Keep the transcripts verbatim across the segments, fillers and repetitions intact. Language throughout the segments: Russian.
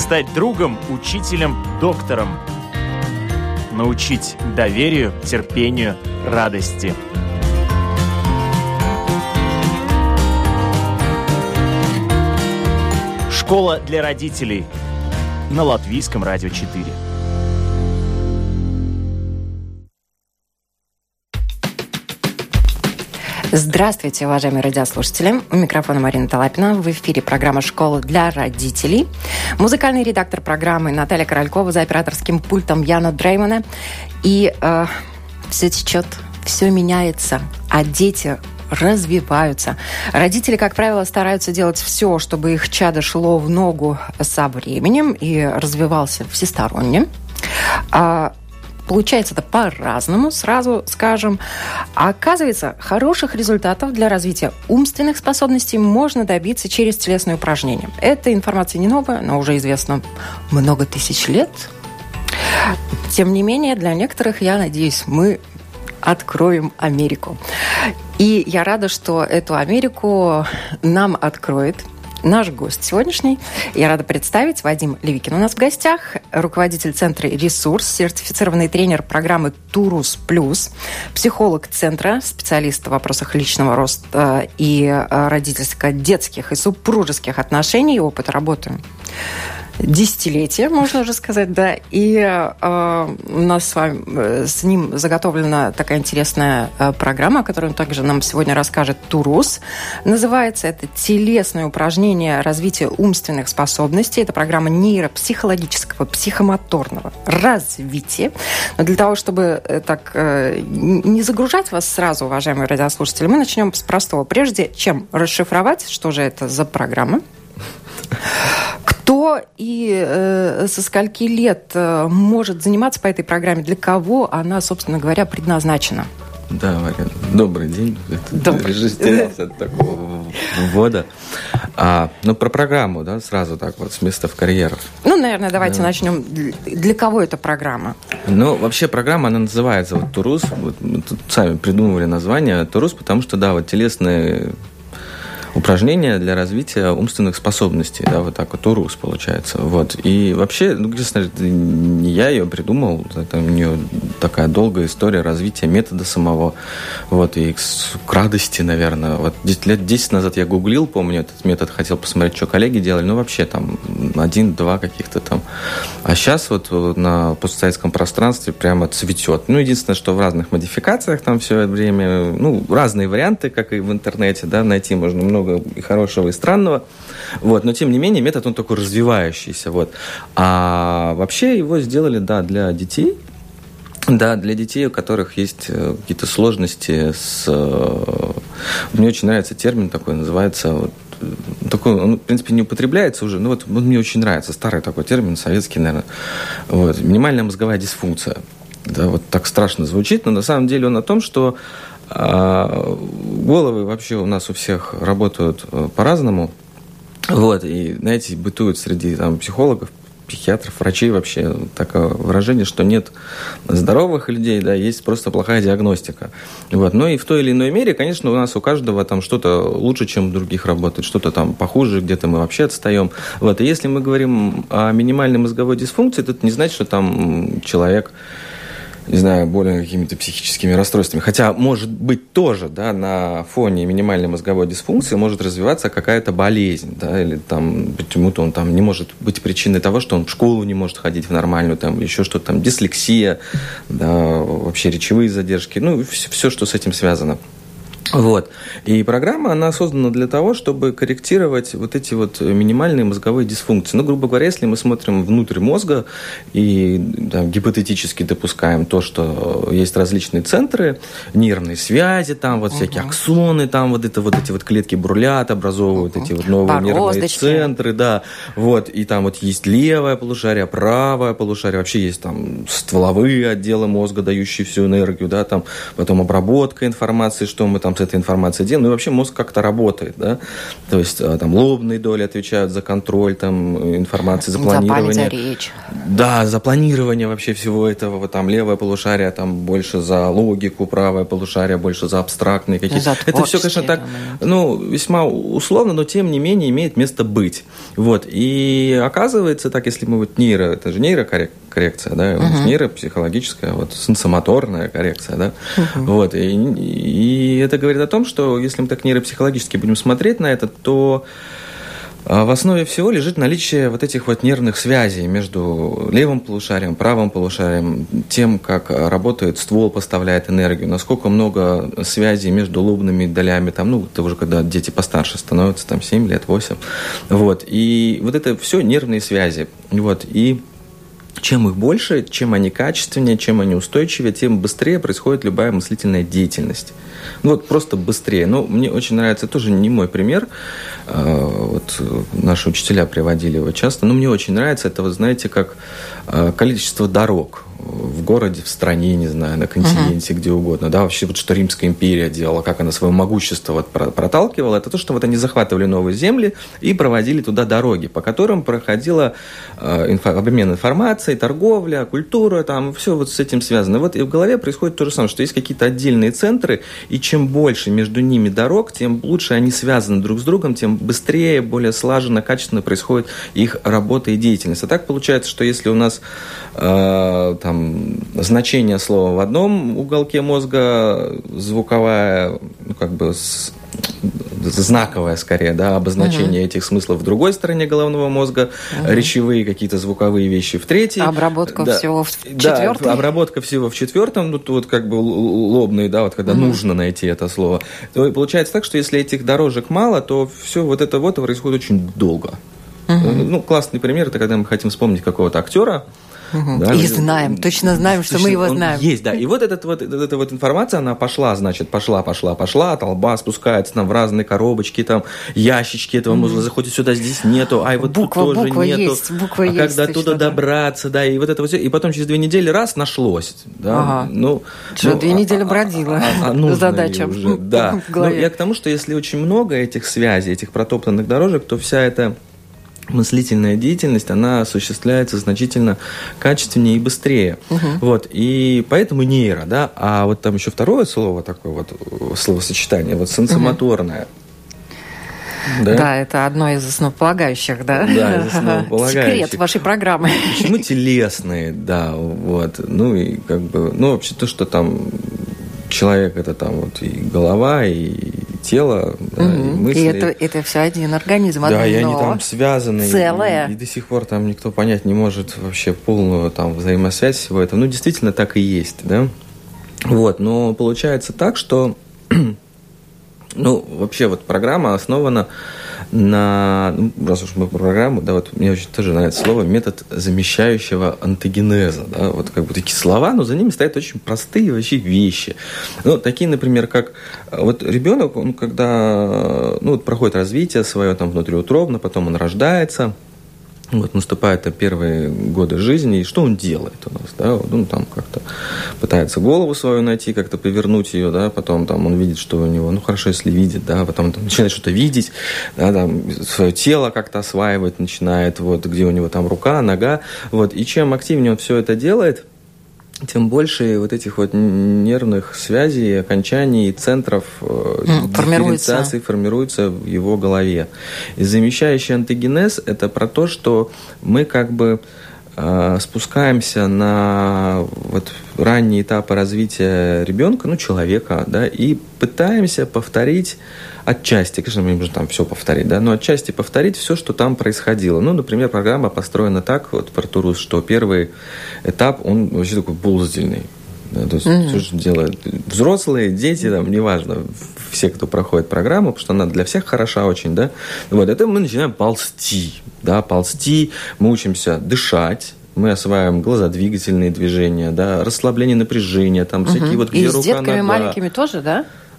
стать другом, учителем, доктором. Научить доверию, терпению, радости. Школа для родителей на Латвийском радио четыре. Здравствуйте, уважаемые радиослушатели. У микрофона Марина Талапина. В эфире программа «Школа для родителей». Музыкальный редактор программы Наталья Королькова, за операторским пультом Яна Дреймана. И э, все течет, все меняется, а дети развиваются. Родители, как правило, стараются делать все, чтобы их чадо шло в ногу со временем и развивался всесторонне. А Получается это по-разному, сразу скажем. А оказывается, хороших результатов для развития умственных способностей можно добиться через телесные упражнения. Эта информация не новая, но уже известна много тысяч лет. Тем не менее, для некоторых, я надеюсь, мы откроем Америку. И я рада, что эту Америку нам откроет наш гость сегодняшний. Я рада представить Вадим Левикин у нас в гостях, руководитель центра «Ресурс», сертифицированный тренер программы «Турус Плюс», психолог центра, специалист в вопросах личного роста и родительско-детских и супружеских отношений, опыт работы десятилетия, можно уже сказать, да. И э, у нас с вами, с ним заготовлена такая интересная э, программа, о которой он также нам сегодня расскажет, «Турус». Называется это «Телесное упражнение развития умственных способностей». Это программа нейропсихологического, психомоторного развития. Но для того, чтобы э, так э, не загружать вас сразу, уважаемые радиослушатели, мы начнем с простого. Прежде чем расшифровать, что же это за программа, кто и э, со скольки лет э, может заниматься по этой программе, для кого она, собственно говоря, предназначена? Да, Марина, добрый день. Добрый. Растерялся от такого ввода. А, ну, про программу, да, сразу так вот, с места в карьер. Ну, наверное, давайте да. начнем. Для кого эта программа? Ну, вообще программа, она называется вот «Турус». Вот мы тут сами придумывали название «Турус», потому что, да, вот телесные упражнения для развития умственных способностей, да, вот так вот, ТУРУС получается. Вот. И вообще, ну, честно, не я ее придумал, это у нее такая долгая история развития метода самого, вот, и к, к радости, наверное. Вот лет десять назад я гуглил, помню, этот метод, хотел посмотреть, что коллеги делали, ну, вообще там один-два каких-то там. А сейчас вот на постсоветском пространстве прямо цветет. Ну, единственное, что в разных модификациях там все время, ну, разные варианты, как и в интернете, да, найти можно много и хорошего, и странного. Вот. Но, тем не менее, метод, он такой развивающийся. Вот. А вообще его сделали, да, для детей. Да, для детей, у которых есть какие-то сложности с... Мне очень нравится термин такой, называется... Вот, такой, он, в принципе, не употребляется уже, но вот он мне очень нравится. Старый такой термин, советский, наверное. Вот. Минимальная мозговая дисфункция. Да, вот так страшно звучит, но на самом деле он о том, что а головы вообще у нас у всех работают по-разному. Вот, и, знаете, бытует среди там, психологов, психиатров, врачей вообще такое выражение, что нет здоровых людей, да, есть просто плохая диагностика. Вот. Но и в той или иной мере, конечно, у нас у каждого там что-то лучше, чем у других работает, что-то там похуже, где-то мы вообще отстаем. Вот. И если мы говорим о минимальной мозговой дисфункции, то это не значит, что там человек, не знаю, более какими-то психическими расстройствами. Хотя, может быть, тоже, да, на фоне минимальной мозговой дисфункции может развиваться какая-то болезнь, да, или там почему-то он там не может быть причиной того, что он в школу не может ходить в нормальную, там, еще что-то там, дислексия, да, вообще речевые задержки, ну, все, все, что с этим связано. Вот. И программа, она создана для того, чтобы корректировать вот эти вот минимальные мозговые дисфункции. Ну, грубо говоря, если мы смотрим внутрь мозга и там, гипотетически допускаем то, что есть различные центры, нервные связи, там вот угу. всякие аксоны, там вот, это, вот эти вот клетки бурлят, образовывают угу. эти вот новые нервные центры, да, вот, и там вот есть левое полушарие, правое полушарие, вообще есть там стволовые отделы мозга, дающие всю энергию, да, там, потом обработка информации, что мы там вот эта информация делает. Ну и вообще мозг как-то работает, да. То есть там лобные доли отвечают за контроль там, информации, за планирование. За память, за речь. Да, за планирование вообще всего этого. Вот там левое полушарие там больше за логику, правое полушарие больше за абстрактные какие-то. Это все, конечно, так, ну, весьма условно, но тем не менее имеет место быть. Вот. И оказывается так, если мы вот нейро, это же нейрокоррекция, да, uh-huh. нейропсихологическая, вот сенсомоторная коррекция, да. Uh-huh. Вот. И, и это говорит о том, что если мы так нейропсихологически будем смотреть на это, то в основе всего лежит наличие вот этих вот нервных связей между левым полушарием, правым полушарием, тем, как работает ствол, поставляет энергию, насколько много связей между лобными долями, там, ну, это уже когда дети постарше становятся, там, семь лет, восемь, вот, и вот это все нервные связи, вот, и чем их больше, чем они качественнее, чем они устойчивее, тем быстрее происходит любая мыслительная деятельность. Ну, вот просто быстрее. Но мне очень нравится, тоже не мой пример, вот наши учителя приводили его часто, но мне очень нравится, это, вы знаете, как количество дорог в городе, в стране, не знаю, на континенте, uh-huh. где угодно, да, вообще вот что Римская империя делала, как она свое могущество вот проталкивала, это то, что вот они захватывали новые земли и проводили туда дороги, по которым проходила э, инфо, обмен информацией, торговля, культура, там, все вот с этим связано. Вот и в голове происходит то же самое, что есть какие-то отдельные центры, и чем больше между ними дорог, тем лучше они связаны друг с другом, тем быстрее, более слаженно, качественно происходит их работа и деятельность. А так получается, что если у нас э, там значение слова в одном уголке мозга, звуковая, ну, как бы с, знаковое, скорее, да, обозначение uh-huh. этих смыслов в другой стороне головного мозга, uh-huh. речевые какие-то звуковые вещи в третьей. Обработка да, всего в да, четвертом. Обработка всего в четвертом, ну, вот как бы лобные, да, вот когда uh-huh. нужно найти это слово. То получается так, что если этих дорожек мало, то все вот это вот происходит очень долго. Uh-huh. Ну, классный пример, это когда мы хотим вспомнить какого-то актера. Угу. Да, и знаем, точно знаем, что точно мы его знаем. Есть, да. И вот, этот, вот эта вот информация, она пошла, значит, пошла, пошла, пошла, толба спускается там в разные коробочки, там ящички этого угу. мозга, заходит сюда, здесь нету, ай, вот буква, тут тоже буква нету. Есть, буква а есть, как до туда да. добраться, да, и вот это вот все. И потом через две недели раз нашлось. Да, ага. ну, что, ну, две недели бродила а, а, а задача уже, да. в голове. Ну, я к тому, что если очень много этих связей, этих протоптанных дорожек, то вся эта мыслительная деятельность, она осуществляется значительно качественнее и быстрее. Угу. Вот. И поэтому нейро, да, а вот там еще второе слово такое вот, словосочетание, вот сенсомоторное. Угу. Да? Да, это одно из основополагающих, да? Да, из основополагающих. Секрет вашей программы. Почему телесные, да, вот. Ну и как бы, ну вообще то, что там человек это там вот и голова, и тело, да, угу. и мысли. И это, это все один организм, да, и они там связаны. Целое. И, и до сих пор там никто понять не может вообще полную там взаимосвязь всего этого. Ну, действительно, так и есть, да. Вот, но получается так, что ну, вообще вот программа основана на, ну, раз уж мы про программу, да, вот мне очень тоже нравится слово метод замещающего антогенеза, да, вот как бы такие слова, но за ними стоят очень простые вообще вещи. Ну, такие, например, как вот ребенок, он когда, ну, вот проходит развитие свое там внутриутробно, потом он рождается, вот наступают первые годы жизни, и что он делает у нас, да, он там как-то пытается голову свою найти, как-то повернуть ее, да, потом там он видит, что у него, ну, хорошо, если видит, да, потом он там начинает что-то видеть, да, там свое тело как-то осваивать начинает, вот, где у него там рука, нога, вот, и чем активнее он все это делает, тем больше вот этих вот нервных связей, окончаний, центров mm, дифференциации формируется в его голове. И замещающий антогенез – это про то, что мы как бы э, спускаемся на вот ранние этапы развития ребенка, ну, человека, да, и пытаемся повторить отчасти, конечно, мы можем там все повторить, да, но отчасти повторить все, что там происходило. Ну, например, программа построена так, вот, про Турус, что первый этап, он вообще такой ползательный. Да, то есть, mm-hmm. все, что делают взрослые, дети, там, неважно, все, кто проходит программу, потому что она для всех хороша очень, да. Вот, это мы начинаем ползти, да, ползти, мы учимся дышать, мы осваиваем глазодвигательные движения, да, расслабление напряжения, там, угу. всякие вот, где и рука, с детками нога. маленькими тоже, да?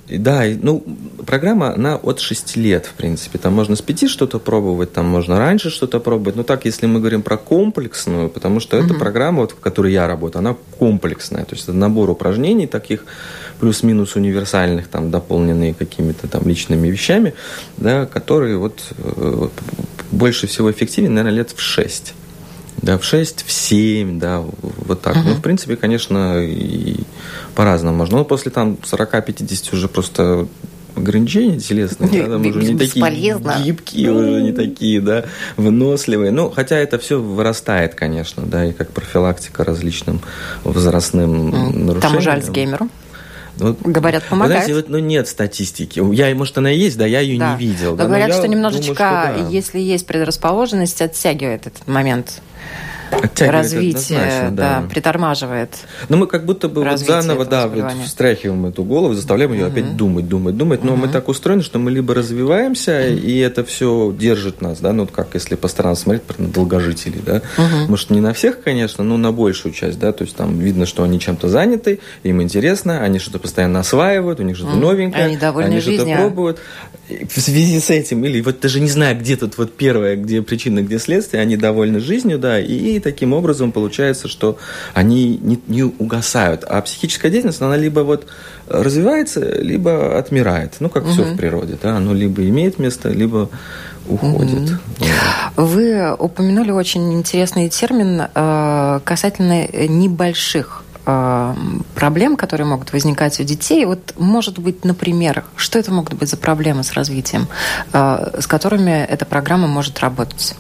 Да, ну, программа, она от шести лет, в принципе. Там можно с пяти что-то пробовать, там можно раньше что-то пробовать. Но так, если мы говорим про комплексную, потому что эта программа, вот, в которой я работаю, она комплексная. То есть это набор упражнений таких, плюс-минус универсальных, там, дополненные какими-то там личными вещами, да, которые вот э, больше всего эффективны, наверное, лет в шесть. Да, в шесть, в семь, да, вот так. Uh-huh. Ну, в принципе, конечно, и по-разному можно. Но после там сорок-пятьдесят уже просто ограничения телесные, да, там уже не такие гибкие, уже не такие, да, выносливые. Ну, хотя это все вырастает, конечно, да, и как профилактика различным возрастным mm. нарушениям. Там уже Альцгеймеру. Вот, говорят, помогает. Знаете, вот, ну, нет статистики. Я, может, она есть, да, я ее да. не видел. Да, говорят, что немножечко, думаю, что да. если есть предрасположенность, оттягивает этот момент. Развитие, да, да, притормаживает. Но мы как будто бы вот заново, да, вот встряхиваем эту голову, заставляем ее uh-huh. опять думать, думать, думать. Но uh-huh. мы так устроены, что мы либо развиваемся, uh-huh. и это все держит нас, да, ну как если по сторонам смотреть на долгожителей, да. Uh-huh. Может, не на всех, конечно, но на большую часть, да, то есть там видно, что они чем-то заняты, им интересно, они что-то постоянно осваивают, у них что-то uh-huh. новенькое, они довольны они жизнью. Что-то пробуют. В связи с этим, или вот даже не знаю, где тут вот первое, где причина, где следствие, они довольны жизнью, да, и таким образом получается, что они не, не угасают. А психическая деятельность, она либо вот развивается, либо отмирает. Ну, как угу. все в природе, да, оно либо имеет место, либо уходит. Угу. Вы упомянули очень интересный термин э, касательно небольших проблем, которые могут возникать у детей. Вот, может быть, например, что это могут быть за проблемы с развитием, с которыми эта программа может работать?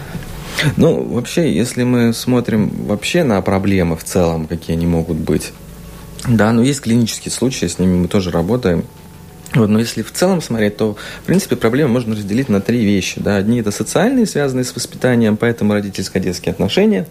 Ну, вообще, если мы смотрим вообще на проблемы в целом, какие они могут быть, да, но есть клинические случаи, с ними мы тоже работаем. Вот, но если в целом смотреть, то, в принципе, проблемы можно разделить на три вещи. Да. Одни – это социальные, связанные с воспитанием, поэтому родительско-детские отношения.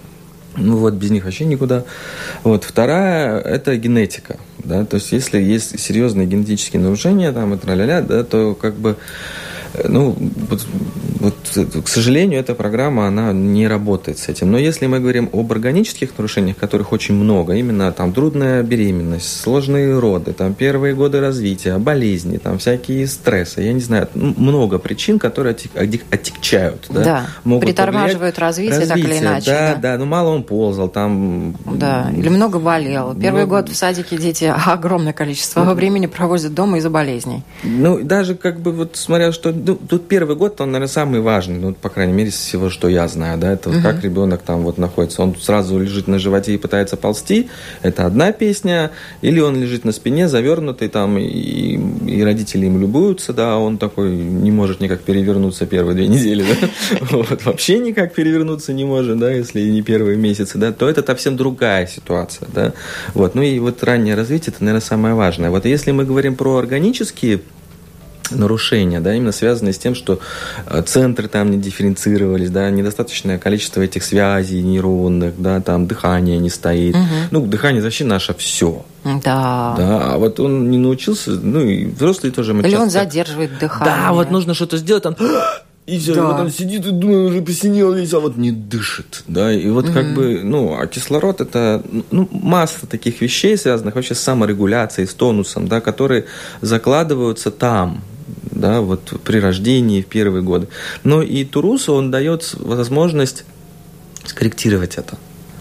Ну вот, без них вообще никуда. Вот, вторая – это генетика. Да? То есть, если есть серьезные генетические нарушения, там, и тра-ля-ля, да, то как бы, ну, вот, вот, к сожалению, эта программа, она не работает с этим. Но если мы говорим об органических нарушениях, которых очень много, именно там трудная беременность, сложные роды, там, первые годы развития, болезни, там, всякие стрессы, я не знаю, много причин, которые отягчают. Да, да. Могут притормаживают развитие, развитие, так или иначе. Да, да, да, ну мало он ползал, там... Да, или много болел. Первый много... год в садике дети огромное количество ну, времени проводят дома из-за болезней. Ну, даже как бы вот смотря, что... Ну, тут первый год, он, наверное, самый важный, ну, по крайней мере, из всего, что я знаю, да, это uh-huh. как ребенок там вот находится. Он сразу лежит на животе и пытается ползти, это одна песня, или он лежит на спине, завернутый там, и, и родители им любуются, да, он такой не может никак перевернуться первые две недели, да, вот, вообще никак перевернуться не может, да, если не первые месяцы, да, то это совсем другая ситуация, да, вот, ну и вот раннее развитие, это, наверное, самое важное. Вот если мы говорим про органические нарушения, да, именно связанные с тем, что центры там не дифференцировались, да, недостаточное количество этих связей нейронных, да, там дыхание не стоит. Угу. Ну, дыхание вообще наше все. Да. Да, а вот он не научился, ну и взрослые тоже. Или он задерживает дыхание. Да, вот нужно что-то сделать, там... И все, да. И вот он сидит и думает, уже посинел весь, а вот не дышит, да, и вот mm-hmm. как бы, ну, а кислород это, ну, масса таких вещей, связанных вообще с саморегуляцией, с тонусом, да, которые закладываются там, да, вот при рождении в первые годы. Но и Турусу он дает возможность скорректировать это.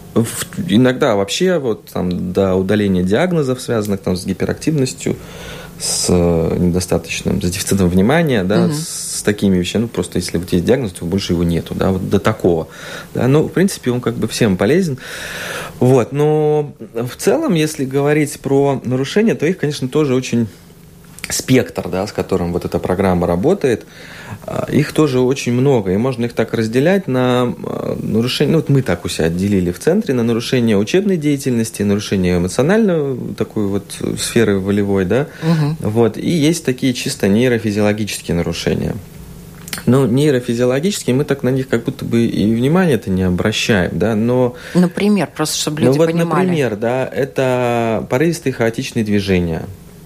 Иногда вообще вот там до удаления диагнозов, связанных там с гиперактивностью, с недостаточным, с дефицитом внимания, да, угу. с такими вещами, ну, просто если вот есть диагноз, то больше его нету, да, вот до такого, да, ну, в принципе, он как бы всем полезен, вот, но в целом, если говорить про нарушения, то их, конечно, тоже очень спектр, да, с которым вот эта программа работает, их тоже очень много, и можно их так разделять на нарушение, ну вот мы так у себя отделили в центре, на нарушение учебной деятельности, нарушение эмоциональной такой вот сферы волевой, да, угу. вот, и есть такие чисто нейрофизиологические нарушения. Ну, нейрофизиологические, мы так на них как будто бы и внимания-то не обращаем, да, но... Например, просто чтобы люди ну, вот, понимали. Например, да, это порывистые хаотичные движения.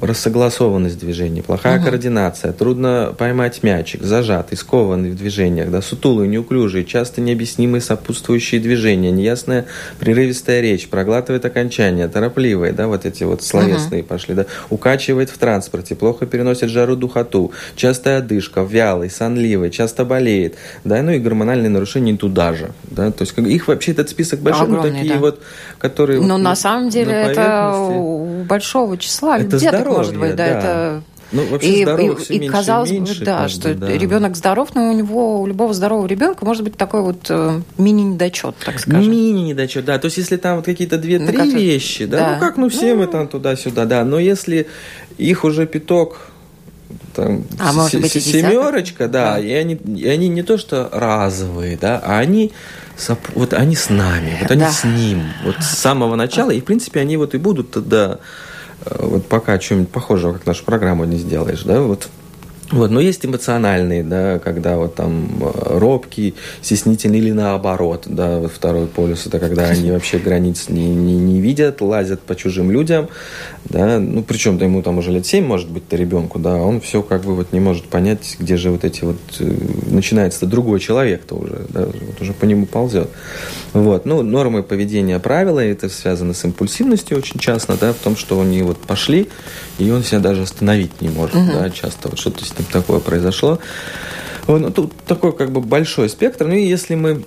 рассогласованность движений, плохая угу. координация, трудно поймать мячик, зажатый, скованный в движениях, да, сутулый, неуклюжий, часто необъяснимые сопутствующие движения, неясная прерывистая речь, проглатывает окончания, торопливые, да, вот эти вот словесные угу. пошли, да, укачивает в транспорте, плохо переносит жару, духоту, частая одышка, вялый, сонливый, часто болеет, да, ну и гормональные нарушения туда же, да, то есть их вообще этот список большой, ну, такие да. вот, которые... Но вот, на самом деле на это у большого числа это деток, здоровье, может быть, да, да. это... Ну, вообще и, здоровых и, все и меньше казалось и меньше, бы, да, как что бы, да. ребенок здоров, но у него, у любого здорового ребенка может быть такой вот э, мини-недочет, так скажем. Мини-недочет, да. То есть, если там вот какие-то две-три ну, вещи, да, да, ну как, ну все ну... мы там туда-сюда, да. Но если их уже пяток, там, а, с- может быть, семерочка, да, да. И, они, и они не то что разовые, да, а они... Вот они с нами, вот они да. с ним, вот с самого начала, и, в принципе, они вот и будут тогда, вот пока что-нибудь похожего, как нашу программу не сделаешь, да, вот. Вот, но есть эмоциональные, да, когда вот там робкий, стеснительный или наоборот, да, вот второй полюс, это когда они вообще границ не, не, не видят, лазят по чужим людям, да, ну, причем-то ему там уже лет семь, может быть-то ребенку, да, он все как бы вот не может понять, где же вот эти вот, начинается-то другой человек-то уже, да, вот уже по нему ползет. Вот, ну, нормы поведения, правила, это связано с импульсивностью очень часто, да, в том, что они вот пошли, и он себя даже остановить не может, uh-huh. да, часто вот что-то с ним такое произошло. Вот, ну, тут такой как бы большой спектр. Ну и если мы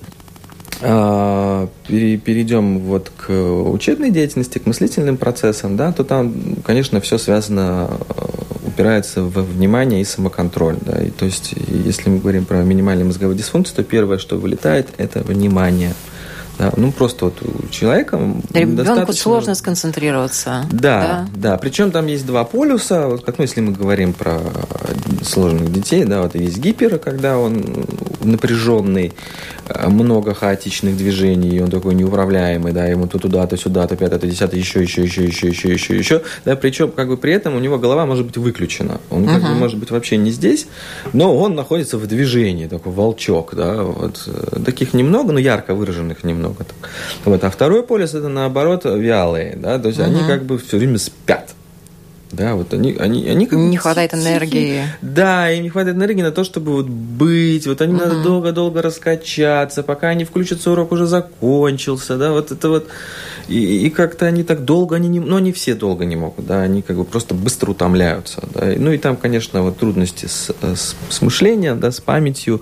э, перейдем вот к учебной деятельности, к мыслительным процессам, да, то там, конечно, все связано, упирается в внимание и самоконтроль. Да, и, то есть, если мы говорим про минимальную мозговую дисфункцию, то первое, что вылетает, это внимание. Да, ну, просто вот у человека ребенку достаточно... сложно сконцентрироваться. Да, да, да. Причем там есть два полюса. Вот как, ну, если мы говорим про сложных детей, да, вот есть гипер, когда он напряженный, много хаотичных движений, и он такой неуправляемый, да, ему то туда, то сюда, то пятое, то десятое, еще, еще, еще, еще, еще, еще, еще. Да, причем, как бы при этом у него голова может быть выключена. Он uh-huh. как бы может быть вообще не здесь, но он находится в движении, такой волчок, да, вот. Таких немного, но ярко выраженных немного. Вот. А второй полюс это наоборот вялые, да, то есть угу. они как бы все время спят. Да, вот они, они, они как не бы хватает тихие. энергии. Да, им не хватает энергии на то, чтобы вот быть. Вот они угу. надо долго-долго раскачаться, пока они включатся, урок уже закончился, да, вот это вот. И, и как-то они так долго, они не, ну, они все долго не могут, да, они как бы просто быстро утомляются, да. Ну и там, конечно, вот трудности с, с, с мышлением, да, с памятью,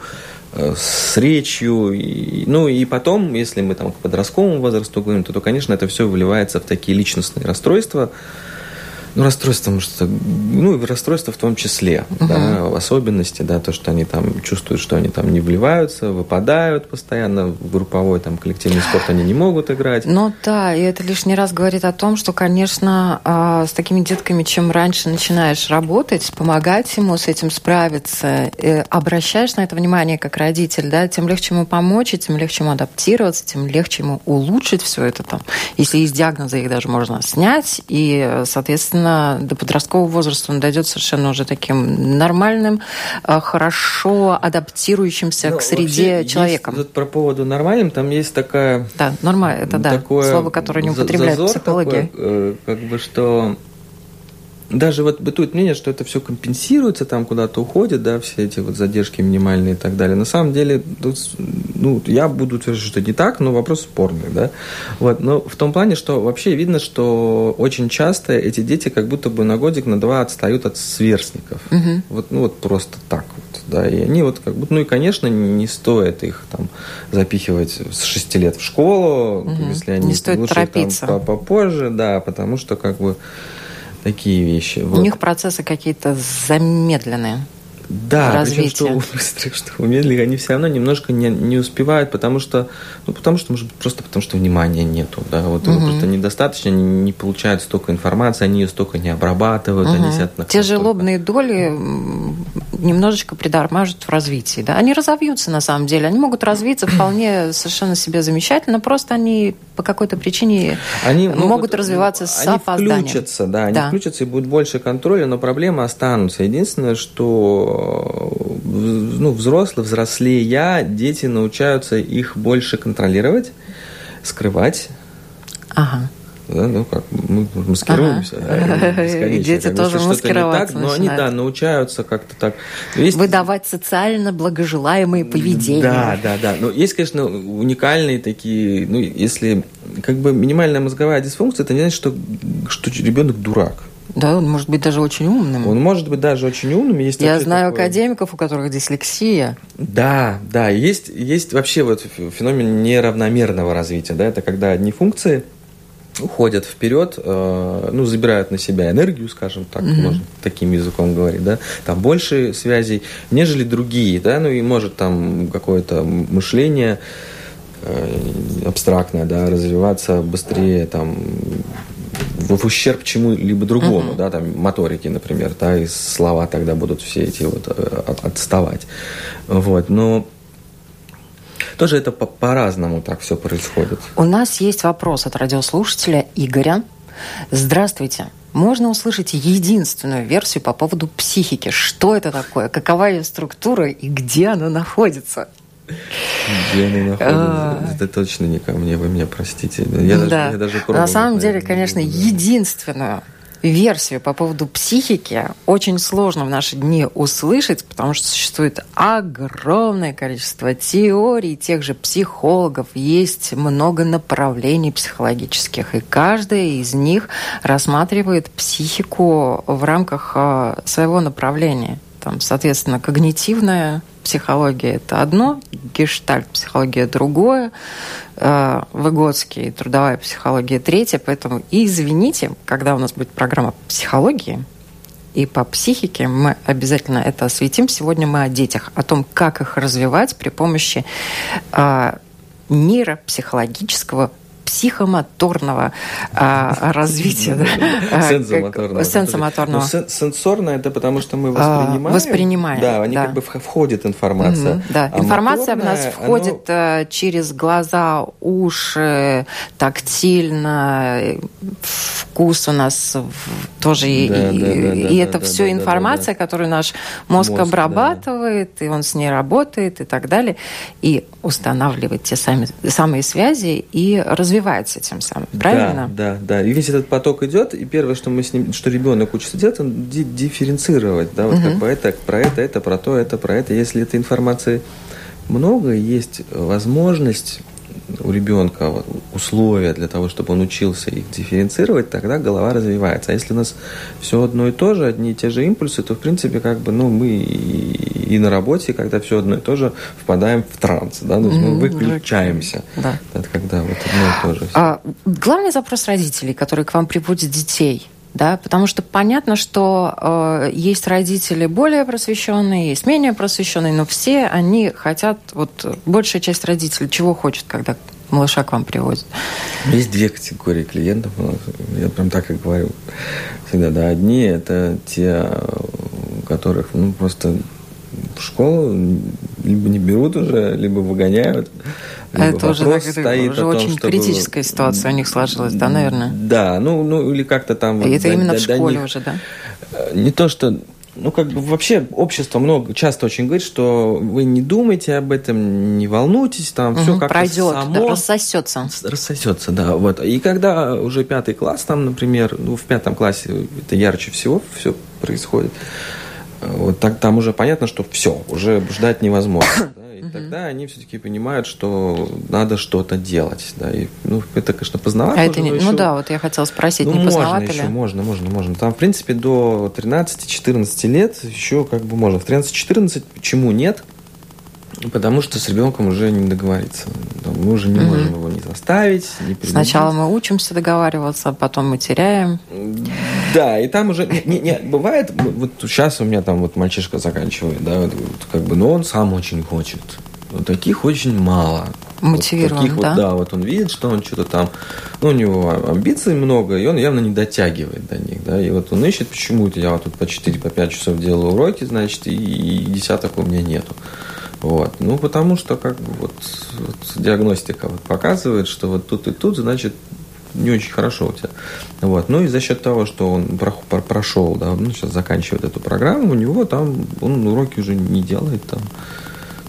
с речью, и, ну и потом, если мы там к подростковому возрасту говорим, то, то, конечно, это все выливается в такие личностные расстройства. Ну, расстройство, может, ну, расстройство в том числе, uh-huh. да, особенности, да, то, что они там чувствуют, что они там не вливаются, выпадают постоянно, в групповой, там, коллективный спорт они не могут играть. Ну, да, и это лишний раз говорит о том, что, конечно, с такими детками, чем раньше начинаешь работать, помогать ему с этим справиться, обращаешь на это внимание как родитель, да, тем легче ему помочь, и тем легче ему адаптироваться, тем легче ему улучшить все это там. Если есть диагнозы, их даже можно снять, и, соответственно, до подросткового возраста он дойдет совершенно уже таким нормальным, хорошо адаптирующимся ну, к среде человеком. Вот про поводу нормальным, там есть такая... Да, норма, это да, слово, которое не употребляют в психологии. Такой, как бы, что... Даже вот бытует мнение, что это все компенсируется, там куда-то уходит, да, все эти вот задержки минимальные и так далее. На самом деле, тут, ну, я буду утверждать, что не так, но вопрос спорный, да. Вот, но в том плане, что вообще видно, что очень часто эти дети как будто бы на годик, на два отстают от сверстников. Угу. Вот, ну, вот просто так вот, да. И они вот как будто, ну, и, конечно, не стоит их там запихивать с шести лет в школу, угу. если они не стоит торопиться. Там попозже, да, потому что как бы такие вещи. У вот. них процессы какие-то замедленные. Да, причем что у быстрых, что у медленных, они все равно немножко не, не успевают, потому что, ну, потому что, может быть, просто потому что внимания нету, да, вот угу. его просто недостаточно, они не получают столько информации, они ее столько не обрабатывают, угу. они сидят на... Те же лобные доли немножечко придормаживают в развитии, да, они разовьются на самом деле, они могут развиться вполне совершенно себе замечательно, просто они по какой-то причине они могут, могут развиваться с они опозданием. Они включатся, да, они да. включатся и будет больше контроля, но проблемы останутся. Единственное, что ну, взрослые, взрослея, дети научаются их больше контролировать, скрывать. Ага. Да? Ну, как мы маскируемся. Ага. Да, и дети как, тоже маскироваться так, но они, да, научаются как-то так. Есть... Выдавать социально благожелаемые поведения. Да, да, да. Но есть, конечно, уникальные такие, ну, если как бы минимальная мозговая дисфункция, это не значит, что, что ребенок дурак. Да, он может быть даже очень умным. Он может быть даже очень умным. Есть Я знаю такое... академиков, у которых дислексия. Да, да. Есть, есть вообще вот феномен неравномерного развития. Да? Это когда одни функции уходят вперед, э, ну, забирают на себя энергию, скажем так, mm-hmm. можно таким языком говорить, да, там больше связей, нежели другие, да, ну и может там какое-то мышление э, абстрактное, да, развиваться быстрее, там, в, в ущерб чему-либо другому, mm-hmm. да, там, моторике, например, да, и слова тогда будут все эти вот э, отставать, вот, но тоже это по- по-разному так все происходит. У нас есть вопрос от радиослушателя Игоря. Здравствуйте. Можно услышать единственную версию по поводу психики? Что это такое? Какова ее структура и где она находится? Где она находится? Это точно не ко мне, вы меня простите. Я даже, да. я даже На самом деле, конечно, единственную версию по поводу психики очень сложно в наши дни услышать, потому что существует огромное количество теорий тех же психологов, есть много направлений психологических, и каждая из них рассматривает психику в рамках своего направления. Там, соответственно, когнитивная психология – это одно, гештальт-психология – другое, э, Выготский, трудовая психология – третье. Поэтому и извините, когда у нас будет программа по психологии и по психике, мы обязательно это осветим. Сегодня мы о детях, о том, как их развивать при помощи э, нейропсихологического психомоторного а, развития. Сенсомоторного. Сенсомоторного. Сенсорное – это потому, что мы воспринимаем. Воспринимаем. Да, они как бы входит информация. Да, информация в нас входит через глаза, уши, тактильно, вкус у нас тоже. И это все информация, которую наш мозг обрабатывает, и он с ней работает и так далее. И устанавливает те самые связи и развивает развивается тем самым, правильно? Да, да, да. И весь этот поток идет, и первое, что мы с ним, что ребенок учится делать, он дифференцировать, да, вот uh-huh. как бы это, про это, это, про то, это, про это. Если этой информации много, есть возможность у ребенка, условия для того, чтобы он учился их дифференцировать, тогда голова развивается. А если у нас все одно и то же, одни и те же импульсы, то, в принципе, как бы, ну, мы и, и на работе, когда все одно и то же, впадаем в транс, да, то есть мы выключаемся. Да. Это когда вот одно и то же. А, главный запрос родителей, которые к вам приводят детей, да, потому что понятно, что э, есть родители более просвещенные, есть менее просвещенные, но все они хотят, вот большая часть родителей чего хочет, когда малыша к вам приводят? Есть две категории клиентов, я прям так и говорю всегда, да, одни это те, которых, ну, просто в школу либо не берут уже, либо выгоняют. Это уже, так, это уже том, очень чтобы... критическая ситуация у них сложилась, да, наверное? Да, ну, ну или как-то там... И это до, именно до, в школе них... уже, да? Не то, что... Ну, как бы вообще общество много, часто очень говорит, что вы не думайте об этом, не волнуйтесь, там угу, все как-то пройдет, само... да, рассосется. Рассосется, да, вот. И когда уже пятый класс, там, например, ну, в пятом классе это ярче всего все происходит, вот так, там уже понятно, что все, уже ждать невозможно. Да? И uh-huh. тогда они все-таки понимают, что надо что-то делать. Да? И, ну, это, конечно, поздновато. А уже, это не... еще... Ну да, вот я хотела спросить, ну, не можно поздновато еще, ли? Можно, можно, можно. Там, в принципе, до тринадцати-четырнадцати лет еще как бы можно. В тринадцать-четырнадцать почему нет? Потому что с ребенком уже не договориться. Мы уже не угу. можем его не заставить, не принудить. Сначала мы учимся договариваться, потом мы теряем. Да, и там уже... Не, не, бывает, вот сейчас у меня там вот мальчишка заканчивает, да, вот, как бы, но он сам очень хочет. Вот таких очень мало. Мотивирован, вот таких да? Вот, да, вот он видит, что он что-то там... Ну, у него амбиций много, и он явно не дотягивает до них, да, и вот он ищет, почему-то я вот тут по четыре-пять по часов делаю уроки, значит, и, и десяток у меня нету. Вот. Ну, потому что как бы вот, вот диагностика вот показывает, что вот тут и тут, значит, не очень хорошо у тебя. Вот. Ну и за счет того, что он прошел, да, ну, сейчас заканчивает эту программу, у него там, он уроки уже не делает там.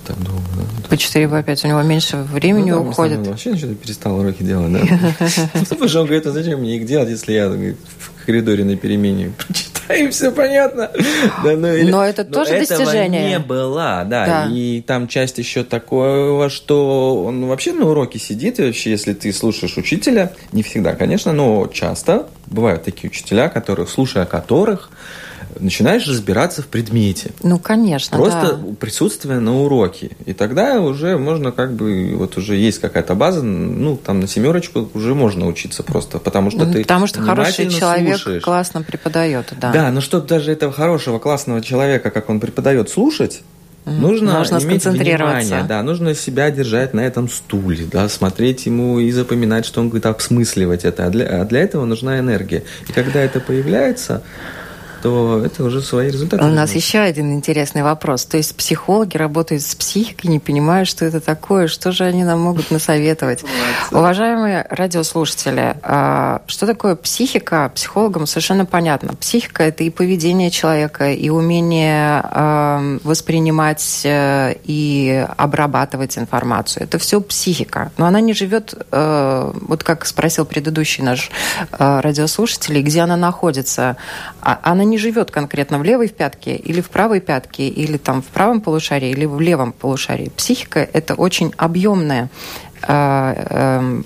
так долго. Да. По четыре, по пять у него меньше времени ну, да, уходит. Он вообще что-то перестал уроки делать, да? Потому что он говорит, зачем мне их делать, если я в коридоре на перемене прочитаю, и все понятно. Но это тоже достижение. Не было, да. И там часть еще такого, что он вообще на уроке сидит, и вообще, если ты слушаешь учителя, не всегда, конечно, но часто бывают такие учителя, которые, слушая которых, начинаешь разбираться в предмете. Ну, конечно, Просто да. присутствие на уроке. И тогда уже можно как бы, вот уже есть какая-то база, ну, там на семерочку уже можно учиться просто, потому что ты Потому что хороший человек слушаешь. Классно преподает, да. Да, но чтобы даже этого хорошего, классного человека, как он преподает, слушать, mm-hmm. нужно, нужно иметь внимание, да, нужно себя держать на этом стуле, да, смотреть ему и запоминать, что он говорит, обсмысливать это. А для, а для этого нужна энергия. И когда это появляется, то это уже свои результаты. У нас еще один интересный вопрос. То есть психологи работают с психикой, не понимают, что это такое, что же они нам могут насоветовать. Уважаемые радиослушатели, что такое психика? Психологам совершенно понятно. Психика – это и поведение человека, и умение воспринимать и обрабатывать информацию. Это все психика. Но она не живет, вот как спросил предыдущий наш радиослушатель, где она находится. Она не живет конкретно в левой пятке или в правой пятке, или там в правом полушарии, или в левом полушарии. Психика – это очень объемное э, э,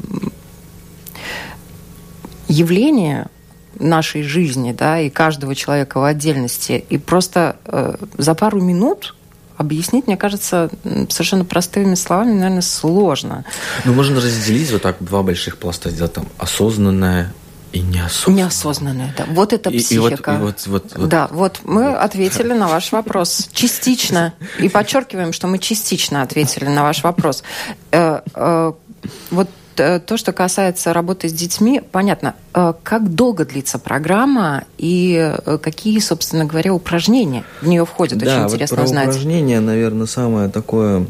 явление нашей жизни, да, и каждого человека в отдельности. И просто э, за пару минут объяснить, мне кажется, совершенно простыми словами, наверное, сложно. Ну, можно разделить вот так два больших пласта, да, там осознанное и неосознанное. Неосознанное, да. Вот это психика. И, и вот, и вот, вот, вот, да, вот мы вот. ответили на ваш вопрос. Частично. И подчеркиваем, что мы частично ответили на ваш вопрос. Вот то, что касается работы с детьми, понятно, как долго длится программа и какие, собственно говоря, упражнения в нее входят. Да, очень вот интересно про узнать. Упражнения, наверное, самое такое,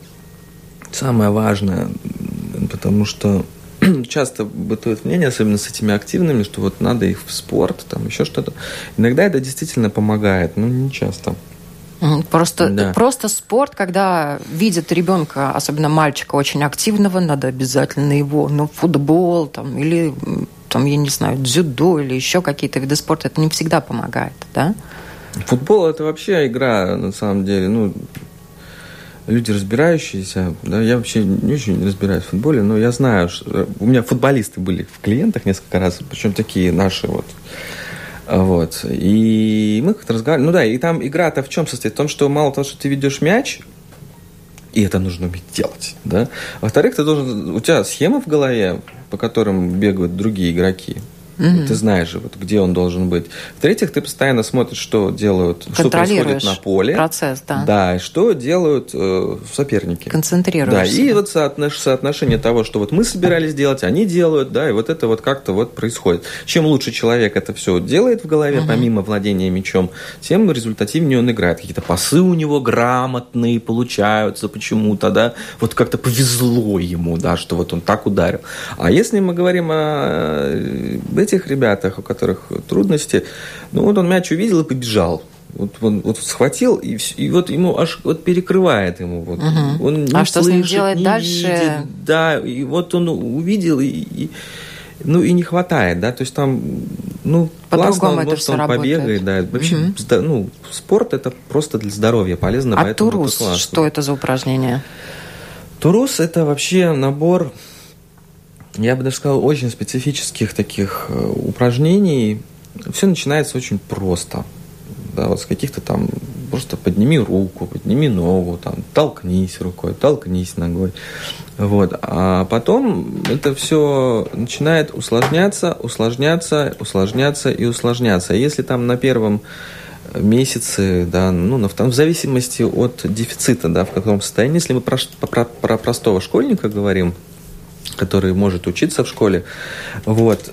самое важное, потому что часто бытует мнение, особенно с этими активными, что вот надо их в спорт, там еще что-то. Иногда это действительно помогает, но не часто. Просто, да. просто спорт, когда видят ребенка, особенно мальчика, очень активного, надо обязательно его, ну, футбол там, или, там, я не знаю, дзюдо или еще какие-то виды спорта, это не всегда помогает, да? Футбол – это вообще игра, на самом деле, ну, люди разбирающиеся, да, я вообще не очень разбираюсь в футболе, но я знаю, что у меня футболисты были в клиентах несколько раз, причем такие наши вот, вот, и мы как-то разговаривали, ну да, и там игра-то в чем состоит? В том, что мало того, что ты ведешь мяч, и это нужно уметь делать, да, во-вторых, ты должен, у тебя схема в голове, по которым бегают другие игроки. Mm-hmm. Ты знаешь же, вот, где он должен быть. В-третьих, ты постоянно смотришь, что делают, что происходит на поле. Процесс, да. Да, и что делают э, соперники. Концентрируешься. Да, и вот соотнош- соотношение того, что вот мы собирались делать, они делают, да, и вот это вот как-то вот происходит. Чем лучше человек это все делает в голове, mm-hmm. помимо владения мячом, тем результативнее он играет. Какие-то пасы у него грамотные получаются почему-то, да, вот как-то повезло ему, да, что вот он так ударил. А если мы говорим о этих ребятах, у которых трудности, ну вот он мяч увидел и побежал. Вот он вот схватил, и, и вот ему аж вот перекрывает ему. Вот. Угу. Он не а что слышит, с ним делать не дальше? Видит, да, и вот он увидел, и, и, ну и не хватает, да, то есть там, ну, классно, он, может, он побегает, да. Вообще, угу. ну, спорт это просто для здоровья полезно, а поэтому турус, это классно. Что это за упражнение? Турус это вообще набор, я бы даже сказал, очень специфических таких упражнений. Все начинается очень просто. Да, вот с каких-то там просто подними руку, подними ногу, там, толкнись рукой, толкнись ногой. Вот. А потом это все начинает усложняться, усложняться, усложняться и усложняться. Если там на первом месяце, да, ну, на втором, в зависимости от дефицита, да, в каком состоянии, если мы про, про, про простого школьника говорим, который может учиться в школе, вот,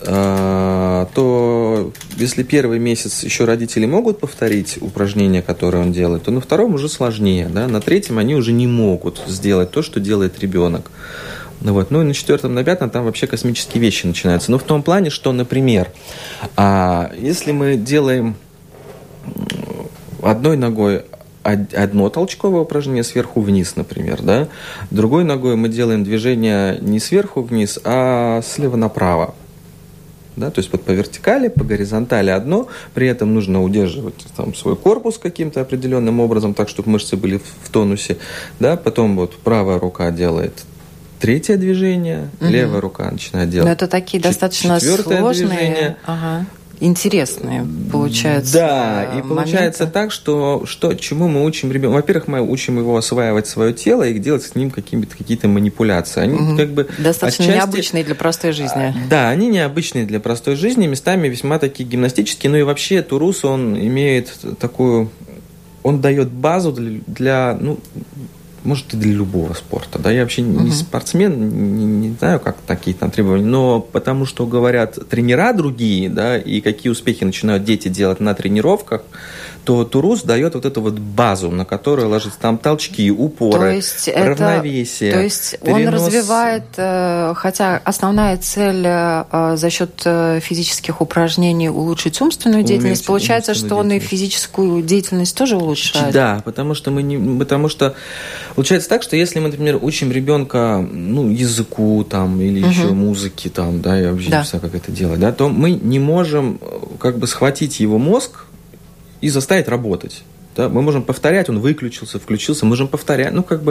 то если первый месяц еще родители могут повторить упражнения, которые он делает, то на втором уже сложнее, да, на третьем они уже не могут сделать то, что делает ребенок. Вот. Ну и на четвертом, на пятом там вообще космические вещи начинаются. Но в том плане, что, например, если мы делаем одной ногой одно толчковое упражнение сверху вниз, например, да. Другой ногой мы делаем движение не сверху вниз, а слева направо. Да, то есть вот по вертикали, по горизонтали одно, при этом нужно удерживать там, свой корпус каким-то определенным образом, так, чтобы мышцы были в тонусе. Да, потом вот правая рука делает третье движение, угу. левая рука начинает делать. Но это такие достаточно сложные, движение. Ага. Интересные, получается. Да, и моменты. Получается так, что, что чему мы учим ребенка. Во-первых, мы учим его осваивать свое тело и делать с ним какие-то, какие-то манипуляции. Они угу. как бы достаточно отчасти, необычные для простой жизни. Да, они необычные для простой жизни, местами весьма такие гимнастические. Ну и вообще Турус, он имеет такую... Он дает базу для... для ну, может, и для любого спорта. Да? Я вообще uh-huh. не спортсмен, не, не знаю, как такие там требования, но потому что говорят тренера другие, да, и какие успехи начинают дети делать на тренировках, то Турус дает вот эту вот базу, на которую ложатся там толчки, упоры, то есть равновесие. Это, то есть перенос... он развивает, хотя основная цель за счет физических упражнений улучшить умственную Уметь деятельность, получается, что он и физическую деятельность тоже улучшает. Да, потому что мы не, потому что получается так, что если мы, например, учим ребенка ну, языку там, или угу. еще музыке, там, да, я вообще да. не знаю, как это делать, да, то мы не можем как бы схватить его мозг и заставить работать. Да? Мы можем повторять, он выключился, включился, мы можем повторять. Ну, как бы...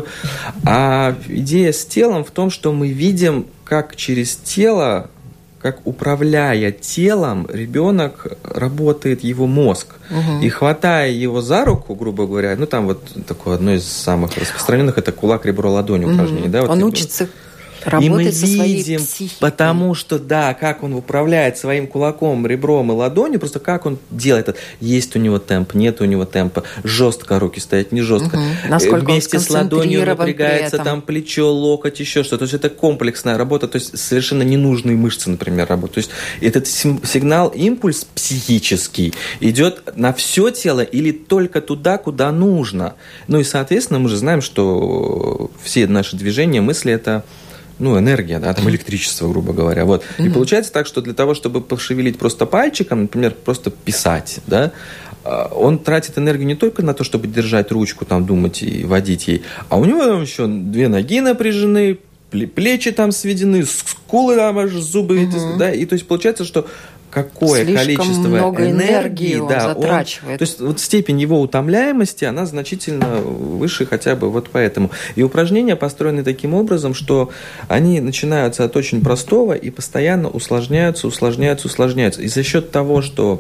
А идея с телом в том, что мы видим, как через тело, как управляя телом, ребенок работает его мозг. Угу. И хватая его за руку, грубо говоря, ну, там вот такое одно из самых распространенных, это кулак, ребро, ладонь упражнение. Угу. Да? Вот он я... учится... Работать и мы со видим, психикой. Потому что, да, как он управляет своим кулаком, ребром и ладонью, просто как он делает это. Есть у него темп, нет у него темпа, жестко руки стоят, не жестко. Угу. Насколько Вместе он с ладонью напрягается там плечо, локоть, еще что-то. То есть это комплексная работа, то есть совершенно ненужные мышцы, например, работают. То есть этот сигнал, импульс психический идет на все тело или только туда, куда нужно. Ну и, соответственно, мы же знаем, что все наши движения, мысли – это... ну, энергия, да, там электричество, грубо говоря. Вот. Mm-hmm. И получается так, что для того, чтобы пошевелить просто пальчиком, например, просто писать, да, он тратит энергию не только на то, чтобы держать ручку, там, думать и водить ей, а у него там еще две ноги напряжены, плечи там сведены, скулы там аж зубы, mm-hmm. да, и то есть получается, что какое Слишком количество много энергии, энергии он да, затрачивает. Он, то есть вот степень его утомляемости, она значительно выше хотя бы вот поэтому. И упражнения построены таким образом, что они начинаются от очень простого и постоянно усложняются, усложняются, усложняются. И за счет того, что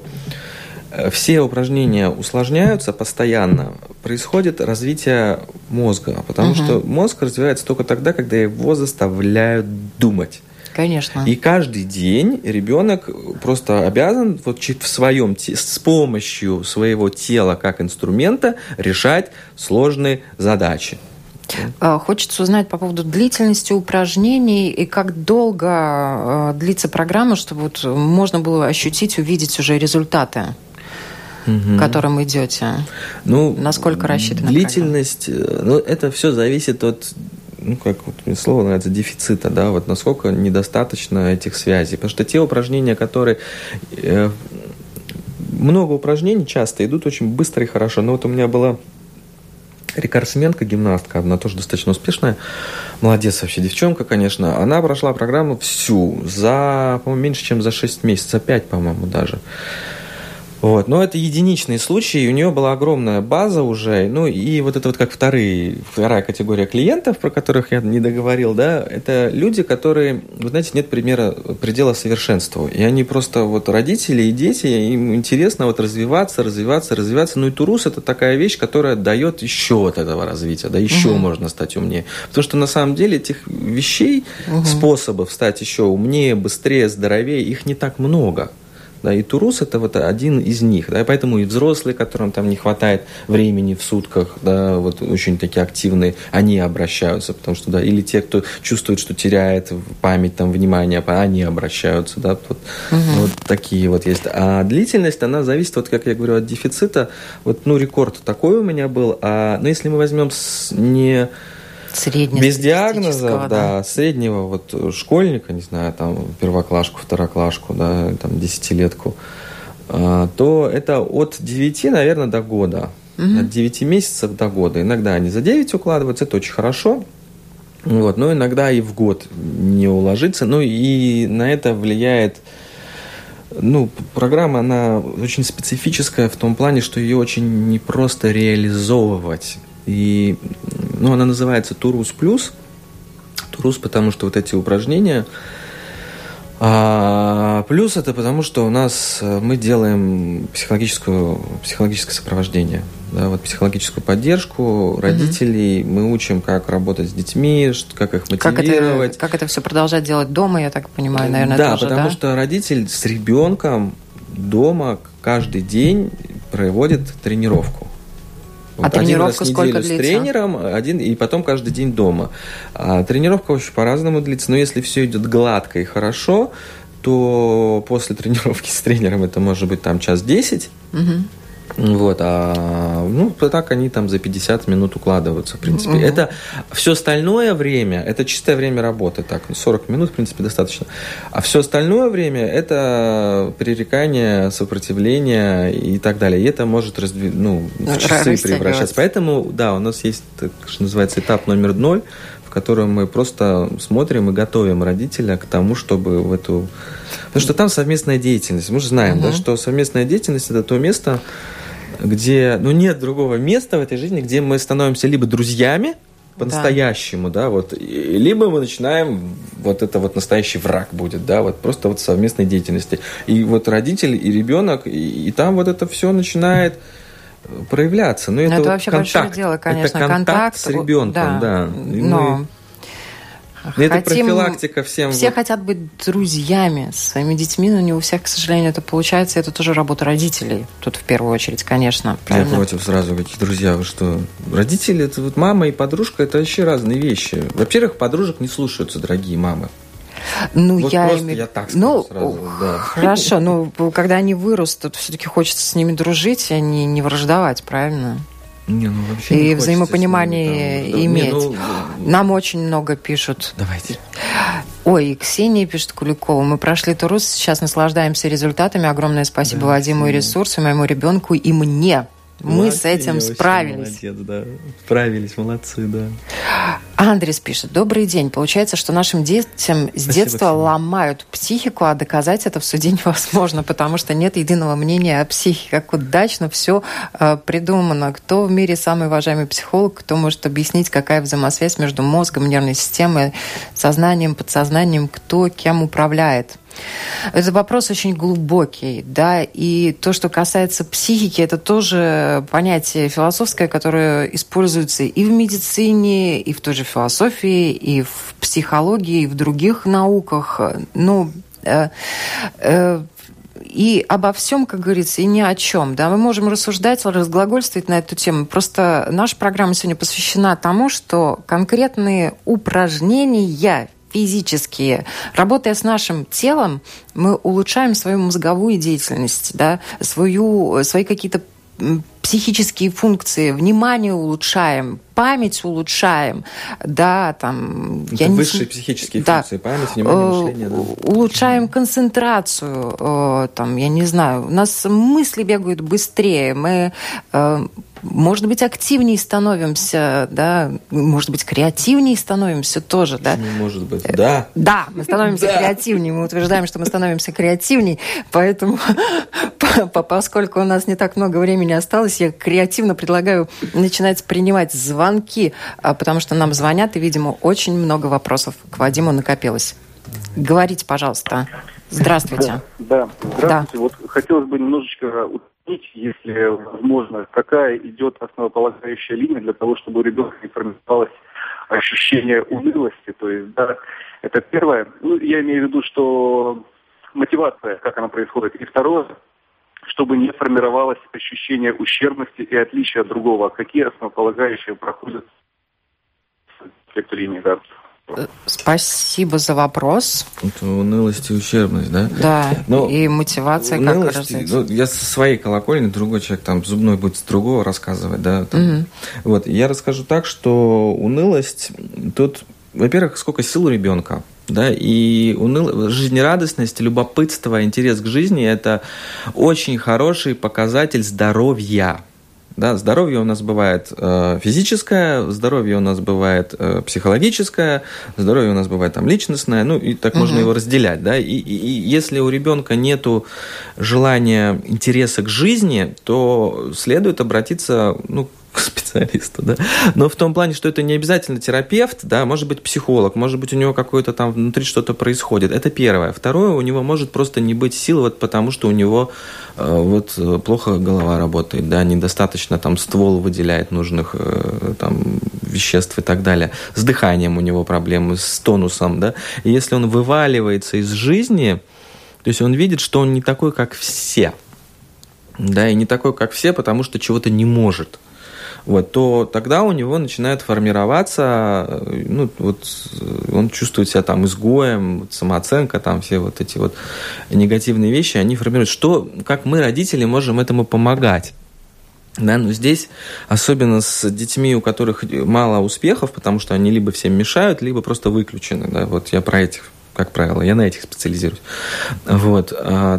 все упражнения усложняются постоянно, происходит развитие мозга, потому угу. что мозг развивается только тогда, когда его заставляют думать. Конечно. И каждый день ребенок просто обязан вот в своем, с помощью своего тела как инструмента решать сложные задачи. Хочется узнать по поводу длительности упражнений и как долго длится программа, чтобы вот можно было ощутить, увидеть уже результаты, угу. к которым идете. Ну, насколько рассчитана длительность, ну, это все зависит от... ну, как вот мне слово нравится, дефицита, да, вот насколько недостаточно этих связей. Потому что те упражнения, которые... Э, много упражнений часто идут очень быстро и хорошо. Но вот у меня была рекордсменка, гимнастка, она тоже достаточно успешная. Молодец вообще девчонка, конечно. Она прошла программу всю за, по-моему, меньше, чем за шесть месяцев, за пять, по-моему, даже. Вот. Но это единичный случай, у нее была огромная база уже, ну и вот это вот как вторые, вторая категория клиентов, про которых я не договорил, да, это люди, которые, вы знаете, нет примера, предела совершенству, и они просто вот родители и дети, им интересно вот развиваться, развиваться, развиваться, ну и Турус это такая вещь, которая дает еще вот этого развития, да, еще угу. можно стать умнее, потому что на самом деле этих вещей, угу. способов стать еще умнее, быстрее, здоровее, их не так много. Да, и Турус это вот один из них, да, и поэтому и взрослые, которым там не хватает времени в сутках, да, вот очень такие активные, они обращаются, потому что, да, или те, кто чувствует, что теряет память, там, внимание, они обращаются, да, вот, угу. вот такие вот есть. А длительность, она зависит, вот как я говорю, от дефицита, вот, ну, рекорд такой у меня был, а, но если мы возьмем с, не... без диагнозов, да, да, среднего вот школьника, не знаю, там, первоклашку, второклашку, да, там, десятилетку, то это от девяти, наверное, до года. Угу. От девяти месяцев до года. Иногда они за девять укладываются, это очень хорошо. Вот, но иногда и в год не уложиться. Ну и на это влияет... Ну, программа, она очень специфическая в том плане, что ее очень непросто реализовывать. И, ну, она называется Турус Плюс. Турус, потому что вот эти упражнения. А плюс это потому, что у нас мы делаем психологическую, психологическое сопровождение. Да, вот психологическую поддержку родителей. Mm-hmm. Мы учим, как работать с детьми, как их мотивировать. Как это, как это все продолжать делать дома, я так понимаю, наверное, да, тоже, потому да? что родитель с ребенком дома каждый день проводит тренировку. А вот тренировка один раз в сколько неделю длится? С тренером, один, и потом каждый день дома. А тренировка очень по-разному длится, но если все идет гладко и хорошо, то после тренировки с тренером это может быть там час десять. Угу. Вот, а ну, так они там за пятьдесят минут укладываются, в принципе. Угу. Это все остальное время, это чистое время работы, так, сорок минут, в принципе, достаточно. А все остальное время это пререкание, сопротивление и так далее. И это может раздвиг... ну, в часы превращаться. Поэтому, да, у нас есть, так, что называется, этап номер ноль, в котором мы просто смотрим и готовим родителя к тому, чтобы в эту... Потому что там совместная деятельность. Мы же знаем, угу. да, что совместная деятельность – это то место, где, ну, нет другого места в этой жизни, где мы становимся либо друзьями по-настоящему, да, да вот, либо мы начинаем, вот это вот настоящий враг будет, да, вот просто вот совместной деятельности. И вот родитель и ребенок, и, и там вот это все начинает проявляться. Ну, это, это вот вообще контакт. большое дело, конечно, это контакт, контакт с ребенком, да. да. Но... Мы... Это Хотим, профилактика всем. Все вот... хотят быть друзьями с своими детьми, но не у всех, к сожалению, это получается. Это тоже работа родителей. Тут в первую очередь, конечно. Правильно? Я против сразу, какие друзья, вы что? Родители, это вот мама и подружка, это вообще разные вещи. Во-первых, подружек не слушаются, дорогие мамы. Ну, вот я, просто име... я так скажу ну, сразу. Да. Хорошо, но когда они вырастут, все-таки хочется с ними дружить, а не, не враждовать, правильно? Не, ну, вообще и не взаимопонимание там, иметь. Не, ну... Нам очень много пишут. Давайте. Ой, Ксения пишет Куликова. Мы прошли Турус, сейчас наслаждаемся результатами. Огромное спасибо да, Вадиму и Ресурсу, моему ребенку и мне. Мы молодцы, с этим справились. Молодец, да. Справились, молодцы, да. Андрес пишет. Добрый день. Получается, что нашим детям с Спасибо, детства Ксения. ломают психику, а доказать это в суде невозможно, потому что нет единого мнения о психике. Как удачно все э, придумано. Кто в мире самый уважаемый психолог, кто может объяснить, какая взаимосвязь между мозгом, нервной системой, сознанием, подсознанием, кто кем управляет? Это вопрос очень глубокий, да, и то, что касается психики, это тоже понятие философское, которое используется и в медицине, и в той же философии, и в психологии, и в других науках. Ну, э, э, и обо всем, как говорится, и ни о чем. Да? Мы можем рассуждать, разглагольствовать на эту тему. Просто наша программа сегодня посвящена тому, что конкретные упражнения физические. Работая с нашим телом, мы улучшаем свою мозговую деятельность, да, свою, свои какие-то психические функции, внимание улучшаем, память улучшаем, да, там... Это я высшие не... психические да. функции, память, внимание, мышление. Да. Улучшаем концентрацию, там, я не знаю, у нас мысли бегают быстрее, мы... Может быть, активнее становимся, да, может быть, креативнее становимся тоже, да? Почему может быть? Да. Да, мы становимся да. креативнее, мы утверждаем, что мы становимся креативнее, поэтому, поскольку у нас не так много времени осталось, я креативно предлагаю начинать принимать звонки, потому что нам звонят, и, видимо, очень много вопросов к Вадиму накопилось. Говорите, пожалуйста. Здравствуйте. Да, да. Здравствуйте. Да. Вот хотелось бы немножечко уточнить, если возможно, какая идет основополагающая линия для того, чтобы у ребенка не формировалось ощущение унылости. То есть, да, это первое. Ну, я имею в виду, что мотивация, как она происходит. И второе, чтобы не формировалось ощущение ущербности и отличия от другого. Какие основополагающие проходят в эту линию, да? Спасибо за вопрос. Это унылость и ущербность, да? Да, но и мотивация унылость, как развить. Ну, я со своей колокольни, другой человек там зубной будет с другого рассказывать, да. Там. Угу. Вот, я расскажу так, что унылость, тут, во-первых, сколько сил у ребенка, да, и уныл... жизнерадостность, любопытство, интерес к жизни – это очень хороший показатель здоровья. Да? Здоровье у нас бывает э, физическое, здоровье у нас бывает э, психологическое, здоровье у нас бывает там личностное, ну и так угу. можно его разделять. Да? И, и, и если у ребенка нету желания, интереса к жизни, то следует обратиться, ну, к специалисту, да, но в том плане, что это не обязательно терапевт, да, может быть психолог, может быть у него какое-то там внутри что-то происходит, это первое. Второе, у него может просто не быть сил, вот потому что у него э, вот плохо голова работает, да, недостаточно там ствол выделяет нужных э, там веществ и так далее, с дыханием у него проблемы, с тонусом, да, и если он вываливается из жизни, то есть он видит, что он не такой, как все, да, и не такой, как все, потому что чего-то не может. Вот, то тогда у него начинает формироваться, ну, вот, он чувствует себя там изгоем, вот, самооценка, там все вот эти вот негативные вещи, они формируют. Что, как мы, родители, можем этому помогать? Да, но здесь, особенно с детьми, у которых мало успехов, потому что они либо всем мешают, либо просто выключены. Да, вот я про этих, как правило, я на этих специализируюсь, вот,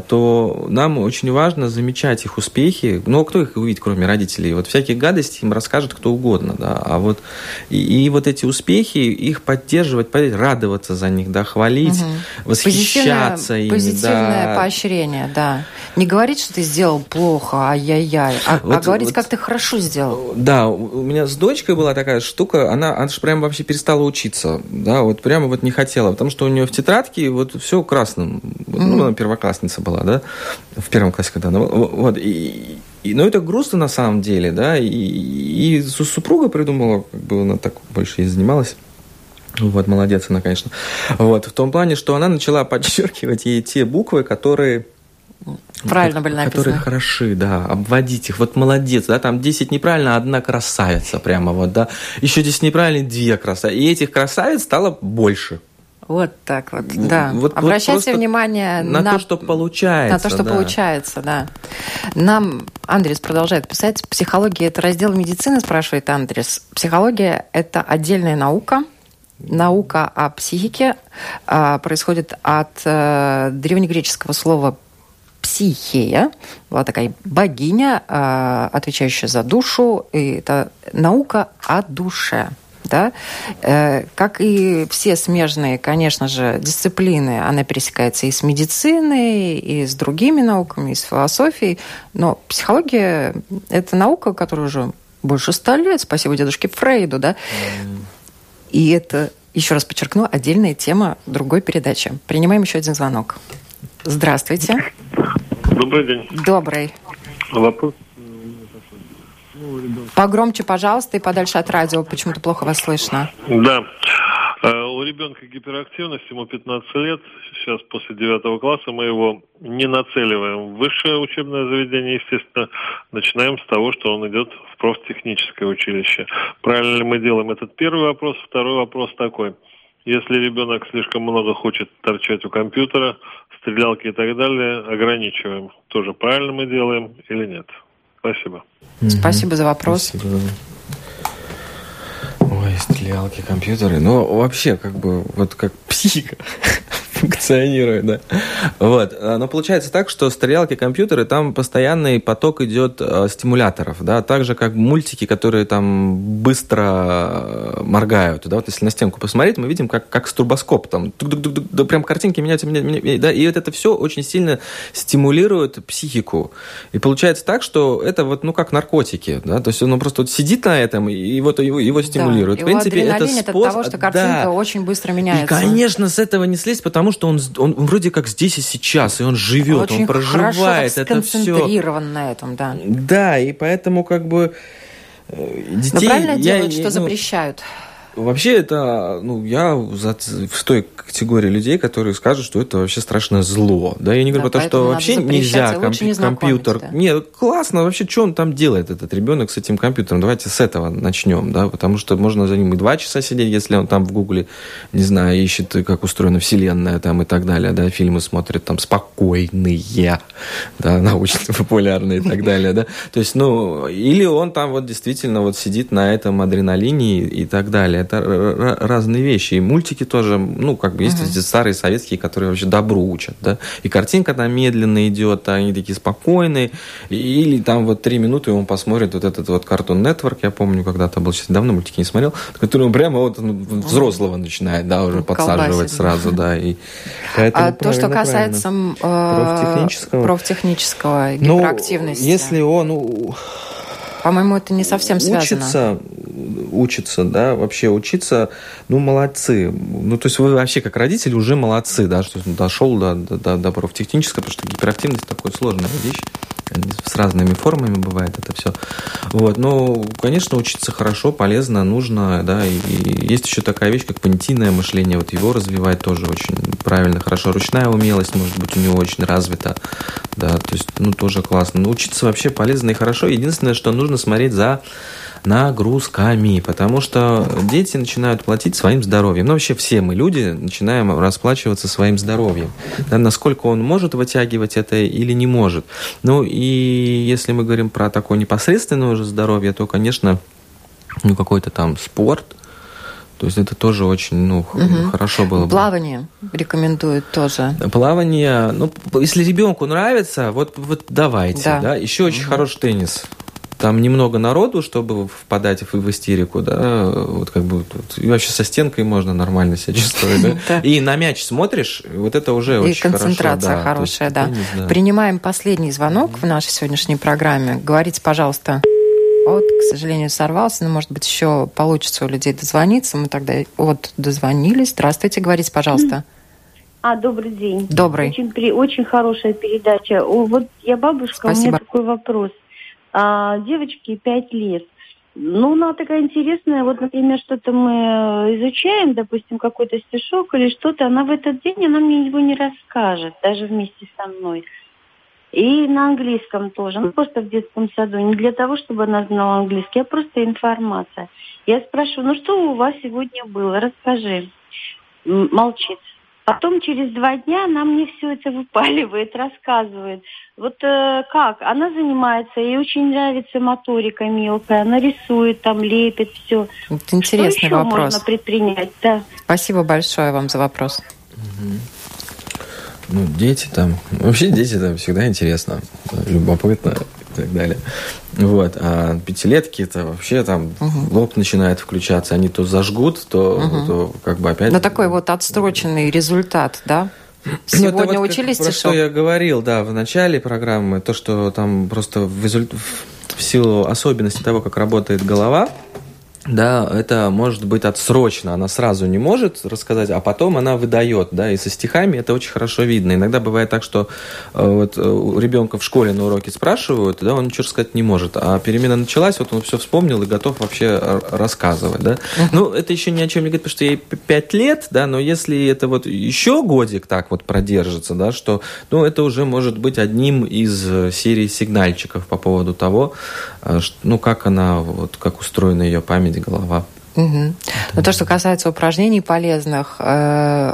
то нам очень важно замечать их успехи. Ну, кто их увидит, кроме родителей? Вот всякие гадости им расскажет кто угодно, да, а вот и, и вот эти успехи, их поддерживать, радоваться за них, да, хвалить, угу. восхищаться позитивное, ими. Позитивное да. поощрение, да. Не говорить, что ты сделал плохо, ай-яй-яй, а, вот, а говорить, вот, как ты хорошо сделал. Да, у меня с дочкой была такая штука, она, она же прям вообще перестала учиться, да, вот прямо вот не хотела, потому что у нее в тетрадке вот все красным. Mm-hmm. Ну, она первоклассница была, да, в первом классе, когда она... Вот, и, и, но это грустно на самом деле, да, и, и супруга придумала, как бы она так больше и занималась. Вот, молодец она, конечно. Вот, в том плане, что она начала подчеркивать ей те буквы, которые... Правильно были написаны. Которые хороши, да, обводить их. Вот молодец, да, там десять неправильно, одна красавица прямо вот, да. Еще десять неправильно, две красавицы. И этих красавиц стало больше. Вот так вот, да. Вот, Обращайте вот внимание на, на то, что получается. На то, что да. получается, да. Нам Андрес продолжает писать. Психология – это раздел медицины, спрашивает Андрес. Психология – это отдельная наука. Наука о психике а, происходит от а, древнегреческого слова «психея». Была такая богиня, а, отвечающая за душу. И это наука о душе. Да? Э, как и все смежные, конечно же, дисциплины, она пересекается и с медициной, и с другими науками, и с философией. Но психология – это наука, которая уже больше ста лет, спасибо дедушке Фрейду, да? Mm. И это, еще раз подчеркну, отдельная тема другой передачи. Принимаем еще один звонок. Здравствуйте. Добрый день. Добрый. Вопрос. Погромче, пожалуйста, и подальше от радио. Почему-то плохо вас слышно. Да. У ребенка гиперактивность, ему пятнадцать лет. Сейчас после девятого класса мы его не нацеливаем в высшее учебное заведение, естественно. Начинаем с того, что он идет в профтехническое училище. Правильно ли мы делаем? Этот первый вопрос. Второй вопрос такой. Если ребенок слишком много хочет торчать у компьютера, стрелялки и так далее, ограничиваем. Тоже правильно мы делаем или нет? Спасибо. Спасибо за вопрос. Спасибо. Ой, стрелялки, компьютеры. Ну, вообще, как бы, вот как психика функционирует, да. Вот. Но получается так, что стрелялки, компьютеры, там постоянный поток идет э, стимуляторов, да, так же, как мультики, которые там быстро моргают, да, вот если на стенку посмотреть, мы видим, как, как стробоскоп, там, да, прям картинки меняются, меняются, да, и вот это все очень сильно стимулирует психику. И получается так, что это вот, ну, как наркотики, да, то есть он просто вот сидит на этом, и вот его, его стимулирует. Да, в принципе, его это способ... от того, что картинка да. очень быстро меняется. И, конечно, с этого не слезть, потому что он, он, он вроде как здесь и сейчас, и он живет, очень он проживает хорошо, это все. Сконцентрирован на этом, да. Да, и поэтому как бы детей... Но правильно я, делают, я, что ну, запрещают. Вообще это, ну, я в той категории людей, которые скажут, что это вообще страшное зло. Да, я не говорю да, про то, что вообще нельзя комп- не компьютер. Да. Нет, классно, вообще, что он там делает, этот ребенок с этим компьютером? Давайте с этого начнем, да, потому что можно за ним и два часа сидеть, если он там в Гугле, не знаю, ищет, как устроена Вселенная там и так далее, да, фильмы смотрит там спокойные, да, научно-популярные и так далее, да. То есть, ну, или он там вот действительно вот сидит на этом адреналине и так далее. это р- разные вещи. И мультики тоже, ну, как бы есть uh-huh. эти старые советские, которые вообще добру учат, да. И картинка там медленно идет, они такие спокойные. Или там вот три минуты он посмотрит вот этот вот Cartoon Network, я помню, когда-то был, сейчас давно мультики не смотрел, который он прямо вот взрослого начинает, да, уже подсаживать сразу, да. И а то, что касается профтехнического, профтехнического гиперактивности. Ну, если он... По-моему, это не совсем связано. Учится, учится, да, вообще учиться, ну, молодцы. Ну, то есть вы вообще как родители уже молодцы, да, что дошел до, до, до профтехнического, потому что гиперактивность такая сложная вещь. С разными формами бывает это все. Вот. Но, конечно, учиться хорошо, полезно, нужно, да, и, и есть еще такая вещь, как понятийное мышление, вот его развивать тоже очень правильно, хорошо. Ручная умелость, может быть, у него очень развита, да, то есть, ну, тоже классно. Но учиться вообще полезно и хорошо. Единственное, что нужно смотреть за нагрузками, потому что дети начинают платить своим здоровьем. Ну, вообще все мы, люди, начинаем расплачиваться своим здоровьем. Да, насколько он может вытягивать это или не может. Ну, и если мы говорим про такое непосредственное уже здоровье, то, конечно, ну, какой-то там спорт, то есть это тоже очень, ну, угу. хорошо было бы. Плавание рекомендуют тоже. Плавание, ну, если ребенку нравится, вот, вот давайте, да. да. Еще очень угу. хороший теннис. Там немного народу, чтобы впадать в истерику, да, вот как бы тут, и вообще со стенкой можно нормально себя чувствовать, да. И на мяч смотришь, вот это уже очень хорошо. И концентрация хорошая, да. Принимаем последний звонок в нашей сегодняшней программе. Говорите, пожалуйста. Вот, к сожалению, сорвался, но, может быть, еще получится у людей дозвониться. Мы тогда вот дозвонились. Здравствуйте, говорите, пожалуйста. А, добрый день. Добрый. Очень, очень хорошая передача. Вот я бабушка, Спасибо. У меня такой вопрос. А, девочке пять лет. Ну, она такая интересная. Вот, например, что-то мы изучаем, допустим, какой-то стишок или что-то. Она в этот день, она мне его не расскажет, даже вместе со мной. И на английском тоже. Ну, просто в детском саду. Не для того, чтобы она знала английский, а просто информация. Я спрашиваю, ну, что у вас сегодня было? Расскажи. Молчит. Потом через два дня она мне все это выпаливает, рассказывает. Вот э, как? Она занимается, ей очень нравится моторика мелкая, она рисует, там лепит, все. Это интересный что еще вопрос. Можно предпринять? Да. Спасибо большое вам за вопрос. Угу. Ну, дети там... Вообще дети там всегда интересно, любопытно и так далее. Вот. А пятилетки это вообще там угу. лоб начинает включаться. Они то зажгут, то, угу. то как бы опять... Но такой вот отстроченный результат, да? Сегодня ну, вот учились стишок? Про что я говорил, да, в начале программы. То, что там просто в, результ... в силу особенностей того, как работает голова... Да, это может быть отсрочно, она сразу не может рассказать, а потом она выдает, да, и со стихами это очень хорошо видно. Иногда бывает так, что э, вот у ребенка в школе на уроке спрашивают, да, он ничего сказать не может, а перемена началась, вот он все вспомнил и готов вообще рассказывать, да. Uh-huh. Ну, это еще ни о чем не говорит, потому что ей пять лет, да, но если это вот еще годик так вот продержится, да, что, ну, это уже может быть одним из серии сигнальчиков по поводу того, что, ну, как она, вот, как устроена ее память, голова. Угу. Но то, что касается упражнений полезных, э,